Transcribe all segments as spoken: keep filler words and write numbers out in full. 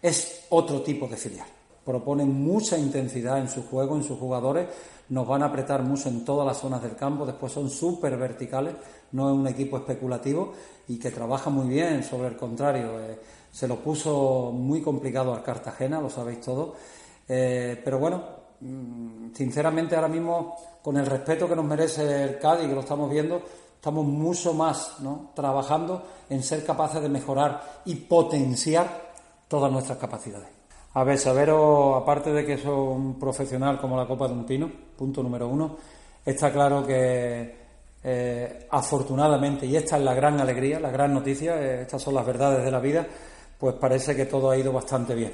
es otro tipo de filial. Proponen mucha intensidad en su juego, en sus jugadores, nos van a apretar mucho en todas las zonas del campo, después son súper verticales, no es un equipo especulativo y que trabaja muy bien sobre el contrario. Eh, se lo puso muy complicado al Cartagena, lo sabéis todos, eh, pero bueno, sinceramente ahora mismo, con el respeto que nos merece el Cádiz, que lo estamos viendo, estamos mucho más, ¿no?, trabajando en ser capaces de mejorar y potenciar todas nuestras capacidades. A ver, Savero, aparte de que es un profesional como la copa de un pino, punto número uno, está claro que eh, afortunadamente, y esta es la gran alegría, la gran noticia, eh, estas son las verdades de la vida, pues parece que todo ha ido bastante bien.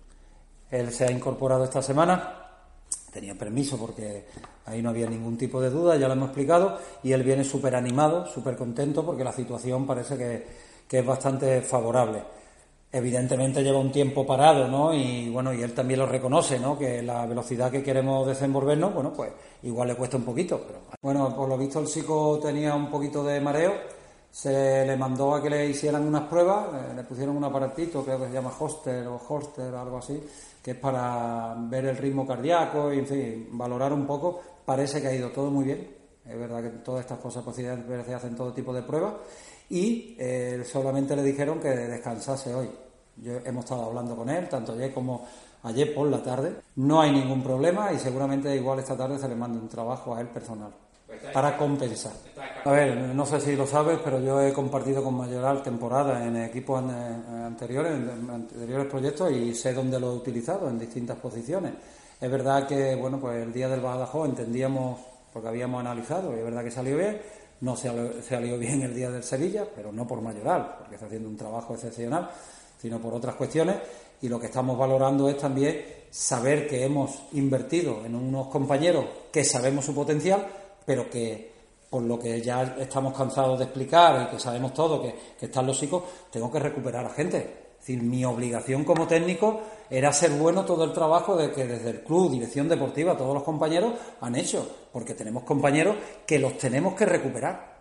Él se ha incorporado esta semana, tenía permiso porque ahí no había ningún tipo de duda, ya lo hemos explicado, y él viene súper animado, súper contento porque la situación parece que, que es bastante favorable. Evidentemente lleva un tiempo parado, ¿no? Y bueno, y él también lo reconoce, ¿no? Que la velocidad que queremos desenvolvernos, bueno, pues igual le cuesta un poquito. Pero bueno, por lo visto el chico tenía un poquito de mareo, se le mandó a que le hicieran unas pruebas, eh, le pusieron un aparatito, creo que se llama Hoster o Hoster, algo así, que es para ver el ritmo cardíaco y, en fin, valorar un poco. Parece que ha ido todo muy bien, es verdad que todas estas cosas pues, se hacen todo tipo de pruebas, y eh, solamente le dijeron que descansase hoy. Yo, hemos estado hablando con él, tanto ayer como ayer por la tarde. No hay ningún problema y seguramente igual esta tarde se le manda un trabajo a él personal para compensar. A ver, no sé si lo sabes, pero yo he compartido con Mayoral temporada en equipos anteriores, en anteriores proyectos, y sé dónde lo he utilizado, en distintas posiciones. Es verdad que, bueno, pues el día del Badajoz entendíamos, porque habíamos analizado, y es verdad que salió bien. No salió bien el día del Sevilla, pero no por Mayoral, porque está haciendo un trabajo excepcional, sino por otras cuestiones, y lo que estamos valorando es también saber que hemos invertido en unos compañeros que sabemos su potencial, pero que por lo que ya estamos cansados de explicar y que sabemos todo, que, que están los chicos, tengo que recuperar a gente. Es decir, mi obligación como técnico era hacer bueno todo el trabajo de que desde el club, dirección deportiva, todos los compañeros han hecho, porque tenemos compañeros que los tenemos que recuperar.